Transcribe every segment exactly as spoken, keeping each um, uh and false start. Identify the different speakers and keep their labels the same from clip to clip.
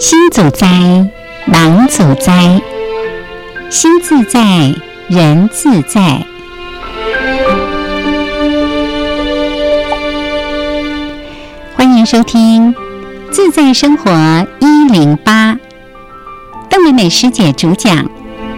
Speaker 1: 心自在，人自在，心自在，人自在。欢迎收听《自在生活一零八》，邓美美师姐主讲。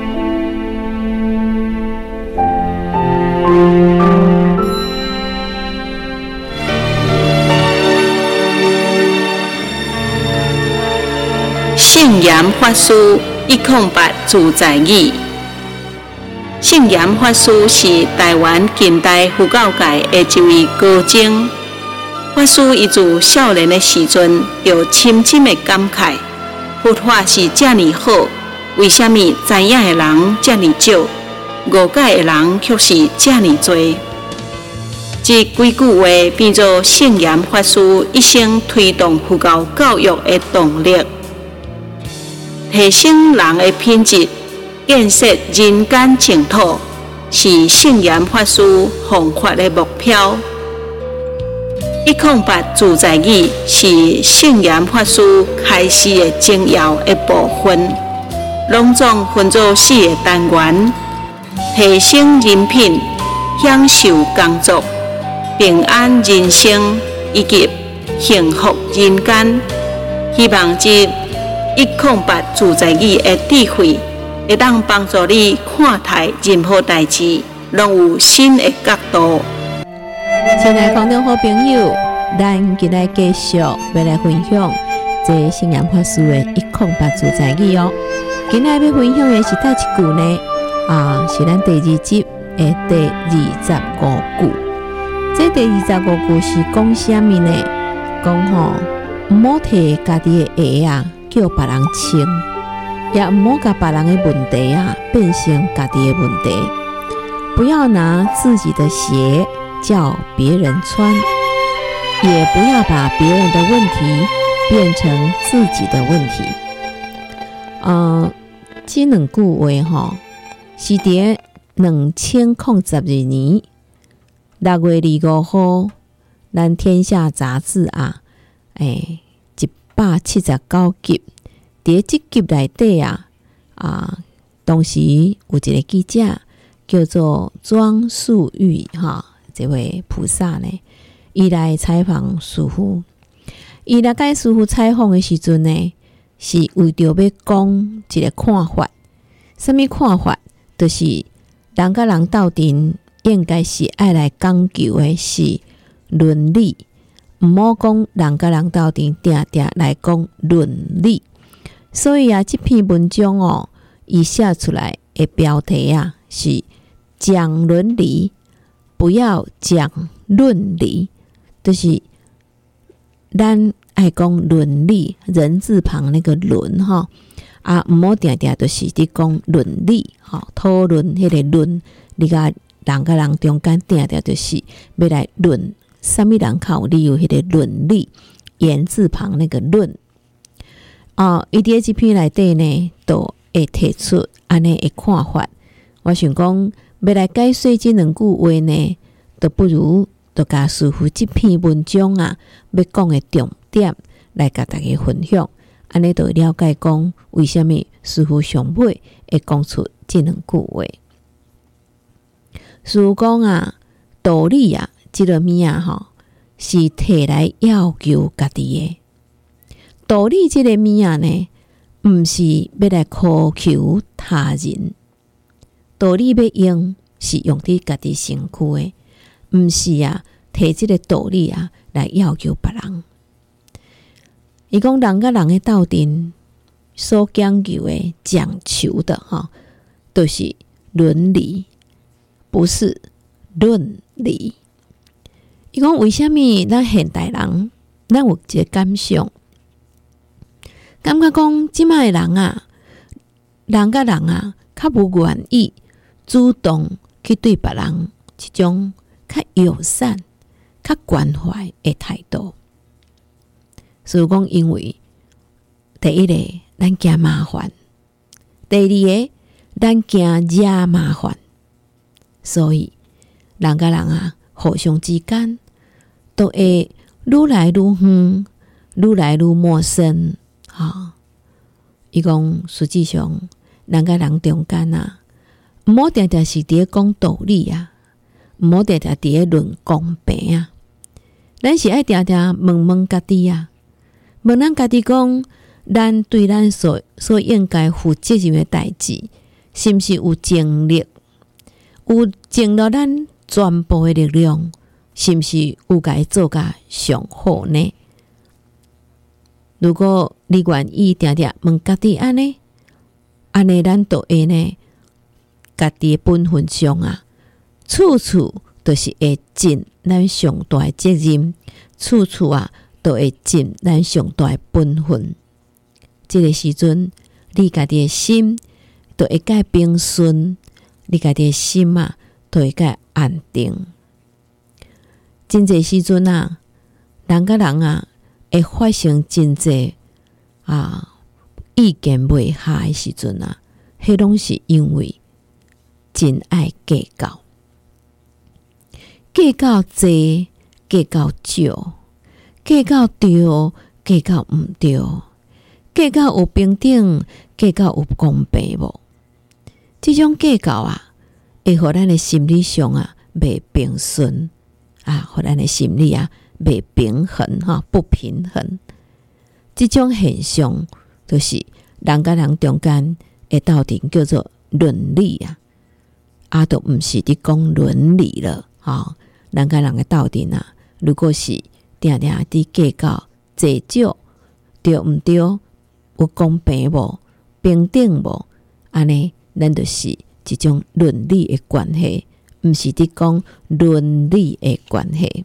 Speaker 2: 圣严法师一空八自在语。圣严法师是台湾近代佛教界的一位高僧。法师伊自少年的时阵，就深深的感慨，佛法是这么好，为什么知影的人这么少，误解的人却是这么多？这几句话变作圣严法师一生推动佛教教育的动力。提升人的品质，建设人间净土，是圣严法师弘法的目标。一空八自在语是圣严法师开示的重要的部分，拢总分作四个单元：提升人品、享受工作、平安人生以及幸福人间。希望这一空八自在语的智慧，会当帮助你看待任何代志，拢有新的角度。
Speaker 3: 亲爱的观众好朋友，咱今日继续要来分享这圣严法师的一空八自在语哦。今日要分享的是哪一句呢？啊，是咱第二集的第二十五句。这第二十五句是讲什么呢？讲吼，唔好摕家己的鞋啊，叫别人穿，也唔好把别人的问题啊变成家己的问题。不要拿自己的鞋叫别人穿，也不要把别人的问题变成自己的问题。呃，这两句话吼，是伫两千零十二年六月二五号，咱天下杂志啊，诶、欸，一百七十九集。伫这集内底啊，啊，当时有一个记者叫做庄素玉哈，这位菩萨呢，伊来采访师父。伊来甲师父采访的时阵呢，是为着要讲一个看法。什么看法？就是人甲人斗阵，应该是爱来讲究的是伦理，唔好讲人甲人斗阵，定定来讲伦理。所以啊，这篇文章哦，伊写出来的标题啊是讲伦理，不要讲论理，就是咱爱讲伦理，人字旁那个伦哈啊，唔好定定就是伫讲伦理哈，讨论迄个论，你甲人甲人中间定定就是要来论，什么人较有理由迄个伦理，言字旁那个论。哦，伊伫这篇内底呢，都会提出安尼的看法。我想讲，要来解说这两句话呢，都不如就甲师父这篇文章啊，要讲的重点来甲大家分享。安尼就会了解讲，为什么师父上尾会讲出这两句话。师父讲啊，道理啊，这个物啊，吼，是摕来要求家己的。道理这个物啊呢，毋是要来苛求他人。道理要用是用伫家己身躯的，毋是啊，摕这个道理啊来要求别人。伊讲人甲人的斗阵，所讲究的、讲求的哈，都、就是伦理，不是论理。伊讲为什么咱现代人，咱有一个感想？感觉讲即卖人啊，人甲人啊，较无愿意主动去对别人一种较友善、较关怀的态度。所以讲，因为第一个，咱惊麻烦；第二个，咱惊惹麻烦，所以人甲人啊，互相之间都会愈来愈远，愈来愈陌生。啊， 伊讲实际上人甲人中间啊，毋好定定是伫咧讲道理啊，毋好定定伫咧论公平啊。咱是爱定定问问家己啊，问咱家己讲，咱对咱所所应该负责任的代志，是毋是有尽力，有尽了咱全部的力量，是毋是有该做甲上好呢？如果你愿意定定问家己安尼，安尼咱就会呢，家己的本分上啊，处处都是会尽咱上大的责任，处处啊都会尽咱上大的本分。这个时阵，你家己的心都会较平顺，你家己的心啊都会较安定。真侪时阵啊，人甲人啊会发生真侪啊意见袂合的时阵啊，迄拢是因为真爱计较。计较济，计较少，计较对，计较毋对，计较有平等，计较有公平无？这种计较啊，会互咱的心理上啊袂平顺啊，互咱的心理啊袂平衡哈，不平衡。这种现象就是人甲人中间会斗阵叫做伦理啊，啊，都毋是伫讲伦理了啊。人甲人的斗阵啊，如果是定定伫计较济少，对毋对，有公平无，平等无，安尼咱就是一种伦理的关系，毋是伫讲伦理的关系。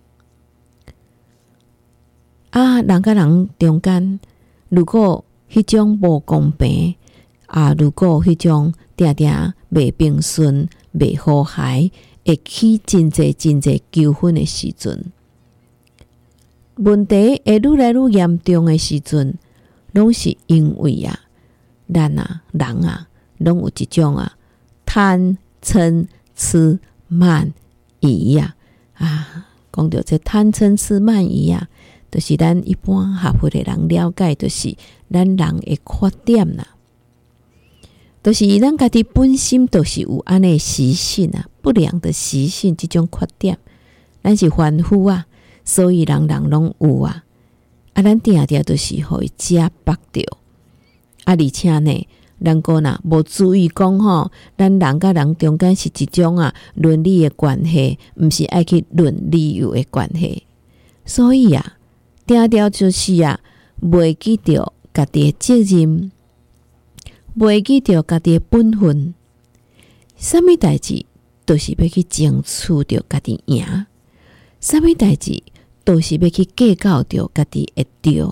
Speaker 3: 啊，人甲人中间，如果迄种无公平啊，如果迄种定定袂平顺、袂和谐，会起真侪真侪纠纷的时阵，问题会愈来愈严重的时阵，拢是因为啊，咱啊人啊，拢有一种啊贪嗔痴慢疑啊啊，讲到这贪嗔痴慢疑啊，就是咱一般学会的人了解，就是咱人的缺点啦。就是咱家己本身就是有安尼习性啊，不良的习性，这种缺点，咱是凡夫啊，所以人人拢有啊。啊，咱定定就是互伊遮绑着啊，而且呢，咱个若无注意讲吼，咱人甲人中间是一种啊伦理的关系，毋是爱去论理由的关系。所以啊，定定就是啊，袂记着家己的责任。袂记着家己的本分，啥物代志都是要去争取着家己赢，啥物代志都是要去计较着家己会对。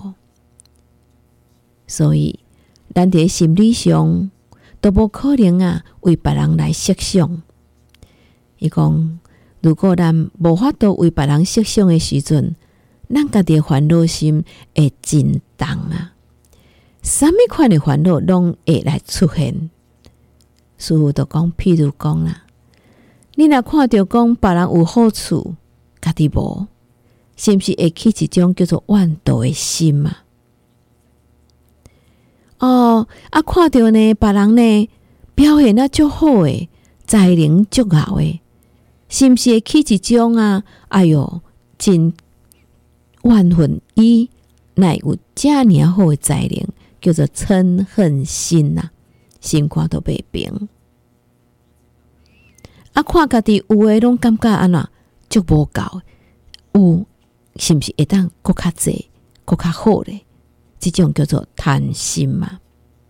Speaker 3: 所以，咱伫心理上都无可能啊为别人来设想。伊讲，如果咱无法度为别人设想的时阵，咱家己的烦恼心会真重啊。什么款的烦恼拢会来出现？师父就讲，譬如讲啦，你若看到讲别人有好处，家己无，是毋是会起一种叫做怨妒的心啊？哦，啊，看到呢别人呢表现啊足好诶，才能足好诶，是毋是会起一种啊？哎哟，真怨恨伊乃有遮尔好诶才能？叫做嗔恨心呐、啊，心肝都袂平。啊，看家己有诶，拢感觉安那足无够，有是毋是会当搁较济、搁较好咧？这种叫做贪心嘛。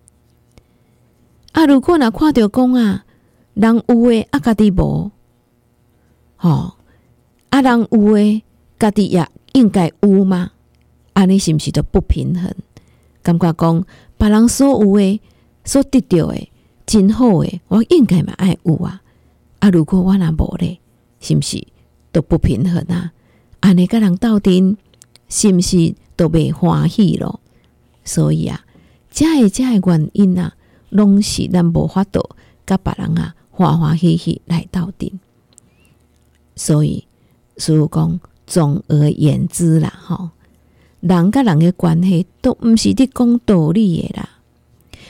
Speaker 3: 啊，如果若看到讲啊，人有诶，啊家己无，吼，啊人有诶，家己也应该有嘛？安尼是毋是都不平衡？感觉讲别人所有诶、所得到诶真好诶，我应该嘛爱有啊。啊，如果我若无咧，是毋是都不平衡啊？安尼甲人斗阵，是毋是都袂欢喜咯？所以啊，遮个遮个原因啊，拢是咱无法度甲别人啊欢欢喜喜来斗阵。所以，师父讲，总而言之啦，吼。人甲人的关系都毋是伫讲道理的啦，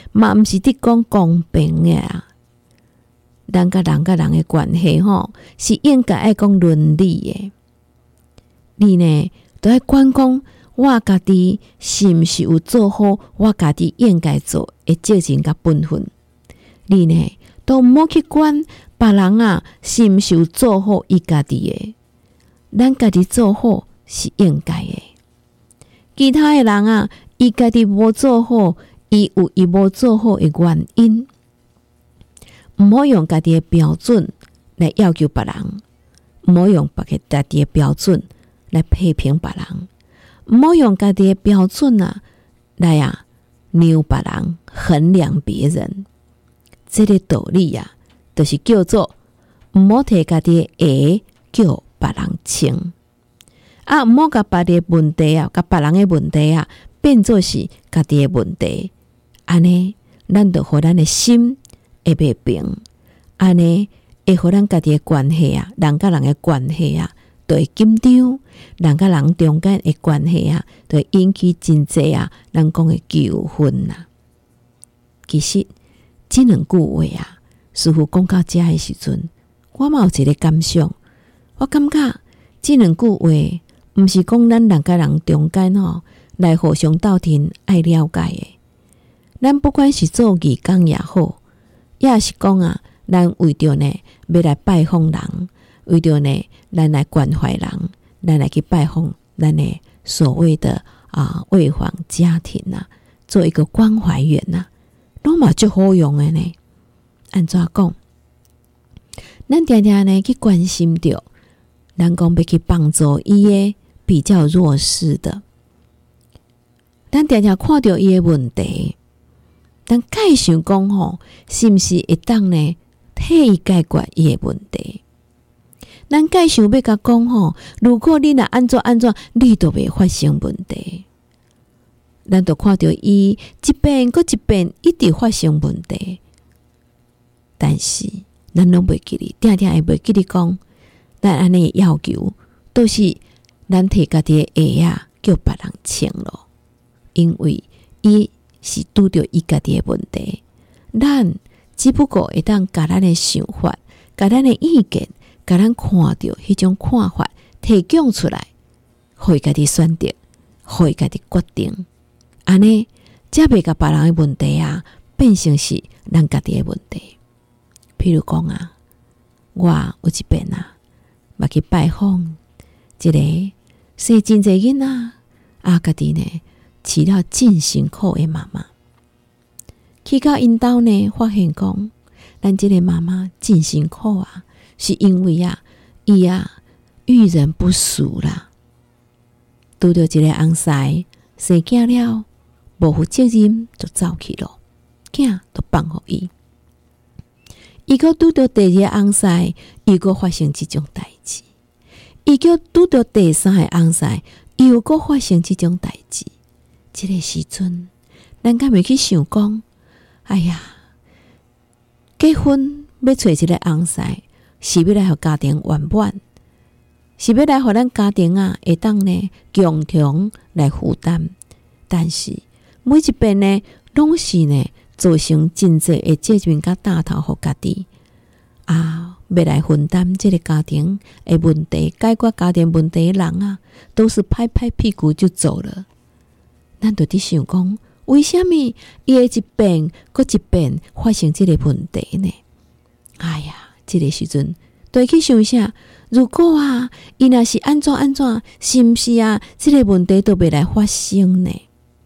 Speaker 3: 嘛毋是伫讲公平诶啊。人甲人甲人诶关系吼，是应该爱讲伦理诶。你呢，都爱管讲我家己是毋是有做好我家己应该做诶责任甲本分。你呢，都毋好去管别人啊，是毋是有做好伊家己诶。咱家己做好是应该诶。其他诶人啊，伊家己无做好，伊有伊无做好诶原因。毋好用家己诶标准来要求别人，毋好用别个家己诶标准来批评别人，毋好用家己诶标准啊来啊量别人、衡量别人。这个道理啊，就是叫做毋好摕家己诶鞋叫别人穿，啊，毋好甲别个问题啊，甲别人诶问题啊，变做是家己诶问题。安尼，咱就互咱诶心会袂平，安尼会互咱家己诶关系啊，人甲人诶关系啊，就会紧张。人甲人中间诶关系啊，就会引起真济啊，咱讲诶纠纷啊。其实，这两句话啊，似乎讲到这诶时阵，我嘛有一个感想，我感觉这两句话，毋是讲咱人甲人中间吼来互相斗阵爱了解诶。咱不管是做义工也好，也是讲啊，咱为着呢要来拜访人，为着呢咱来关怀人，咱来去拜访咱的所谓的啊为访家庭啊，做一个关怀员啊，拢嘛足好用的呢。按怎讲？咱常常呢去关心着，咱讲要去帮助伊的比较弱势的，咱常常看到伊的问题。但介想讲吼，是毋是会当呢替伊解决伊的问题？咱介想要甲讲吼，如果你若安怎安怎，你都袂发生问题。咱就看到伊一遍搁一遍一直发生问题，但是咱拢袂记哩，定定会袂记哩讲，咱安尼要求都是咱摕家己的鞋啊，叫别人穿咯，因为伊是拄着伊家己的问题，咱只不过会当甲咱的想法、甲咱的意见、甲咱看到迄种看法提供出来，互伊家己选择，互伊家己决定，安尼才袂甲别人的问题啊变成是咱家己的问题。譬如讲啊，我有一遍啊，捌去拜访一个生真济囡仔啊，家己呢饲了真辛苦的妈妈，去到因兜呢，发现讲，咱这个妈妈真辛苦啊，是因为啊，伊啊遇人不淑啦，拄着一个翁婿生囝了，无负责任就走去咯，囝就放互伊。伊个拄着第二个翁婿，伊个发生这种代志；伊个拄着第三个翁婿，又个发生这种代志。这个时阵，咱敢袂去想讲，哎呀，结婚要找一个翁婿，是要来互家庭圆满，是要来互咱家庭啊会当呢共同来负担。但是每一遍呢，拢是呢造成真济的责任甲担头互家己啊，要来分担这个家庭的问题，解决家庭问题的人啊，都是拍拍屁股就走了。咱就伫想讲，为什么伊会一遍搁一遍发生这个问题呢？哎呀，这个时阵就会去想下，如果啊，伊若是安怎安怎，是毋是啊？这个问题都袂来发生呢？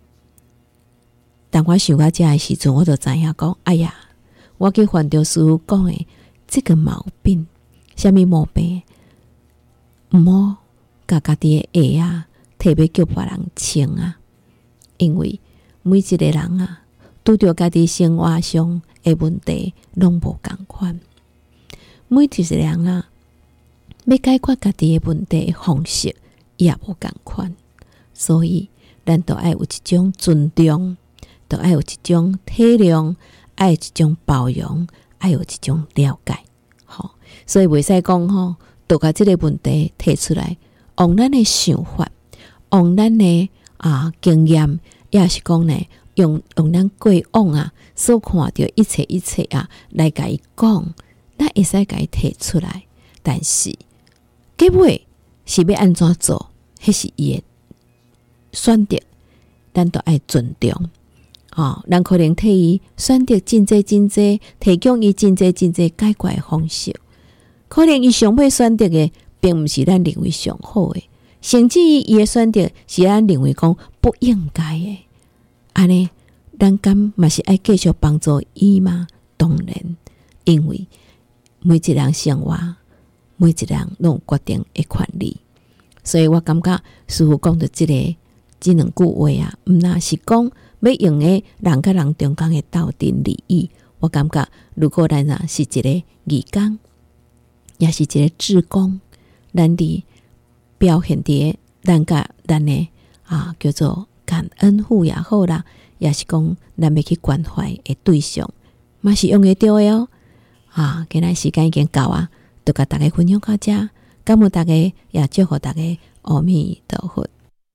Speaker 3: 当我想到这个时阵，我就知影讲，哎呀，我去犯着师父讲的这个毛病，什么毛病？毋好甲家己的鞋啊，特别叫别人穿啊。因为每一个人啊，拄着家己生活上的问题，拢无共款。每一个人啊，要解决家己的问题的方式也无共款。所以，咱都爱有一种尊重，都爱有一种体谅，爱有一种包容，爱有一种了解。吼，所以袂使讲吼，都把这个问题提出来，用咱的想法，用咱的啊经验，也是讲呢， 用用咱过往啊所看到一切一切啊来甲伊讲，咱会使甲伊提出来，但是结尾是要安怎做，迄是伊的选择，咱都爱尊重。哦，咱可能替伊选择真济真济，提供伊真济真济解决的方式。可能伊上尾选择的，并毋是咱认为上好的，甚至于伊的选择是咱认为讲不应该的。安尼，咱敢嘛是爱继续帮助伊吗？当然，因为每一人生活，每一人拢有决定的权利。所以我感觉师父讲的即、這个即两句话啊，毋那是讲要用的人甲人中间的斗阵利益。我感觉如果咱啊是一个义工，也是一个志工，咱伫表现伫咱甲咱的啊叫做感恩户也好啦，也是讲咱要去关怀的对象，嘛是用得到的哦。啊，今仔时间已经到啊，就甲大家分享到这，感恩大家，也祝福大家阿弥陀佛。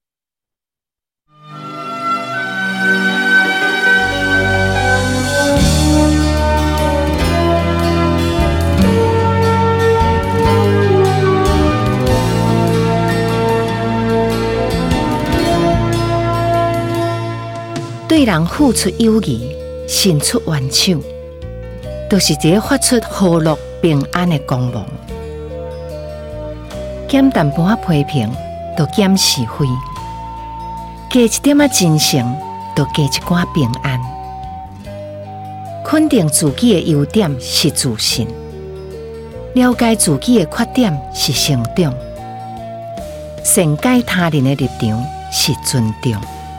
Speaker 4: 对人付出友谊，伸出援手，就是一个发出和乐平安的光芒。减淡薄仔批评，就减是非；加一点仔真诚，就加一寡平安。肯定自己的优点是自信，了解自己的缺点是成长，善解他人的立场是尊重。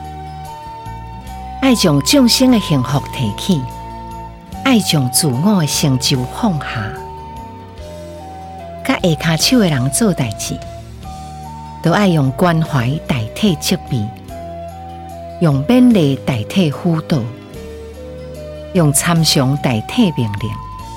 Speaker 4: 爱将众生的幸福提起，爱将自我的成就放下。甲下骹手的人做代志，都爱用关怀代替责备，用勉励代替辅导，用参详代替命令。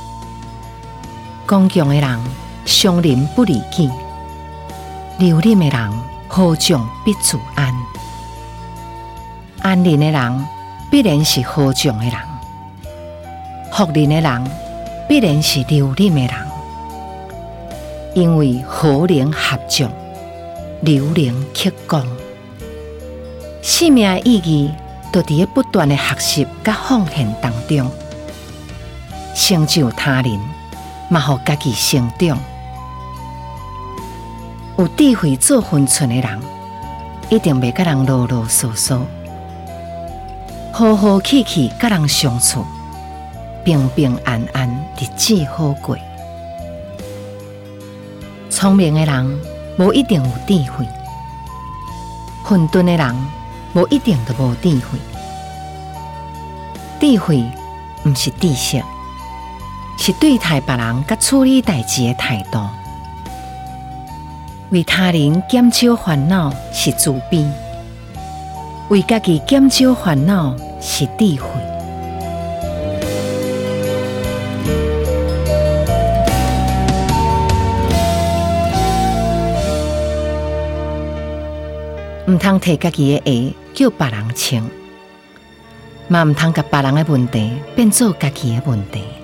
Speaker 4: 刚强的人伤人不利己，柔韧的人好将必自安。安宁的人必然是好将的人，福仁的人必然是柔韧的人。因为和能合作，柔能克刚。生命的意义，就伫咧不断的学习甲奉献当中，成就他人，嘛互家己成长。有智慧做分寸的人，一定袂甲人啰啰嗦嗦。好好气气甲人相处，平平安安日子好过。聪明的人无一定有智慧，混沌的人无一定就无智慧。智慧毋是知识，是对待别人甲处理代志的态度。为他人减少烦恼是慈悲，为家己减少烦恼是智慧。唔通摕家己的鞋叫别人穿，嘛唔通甲别人的问题变做家己的问题。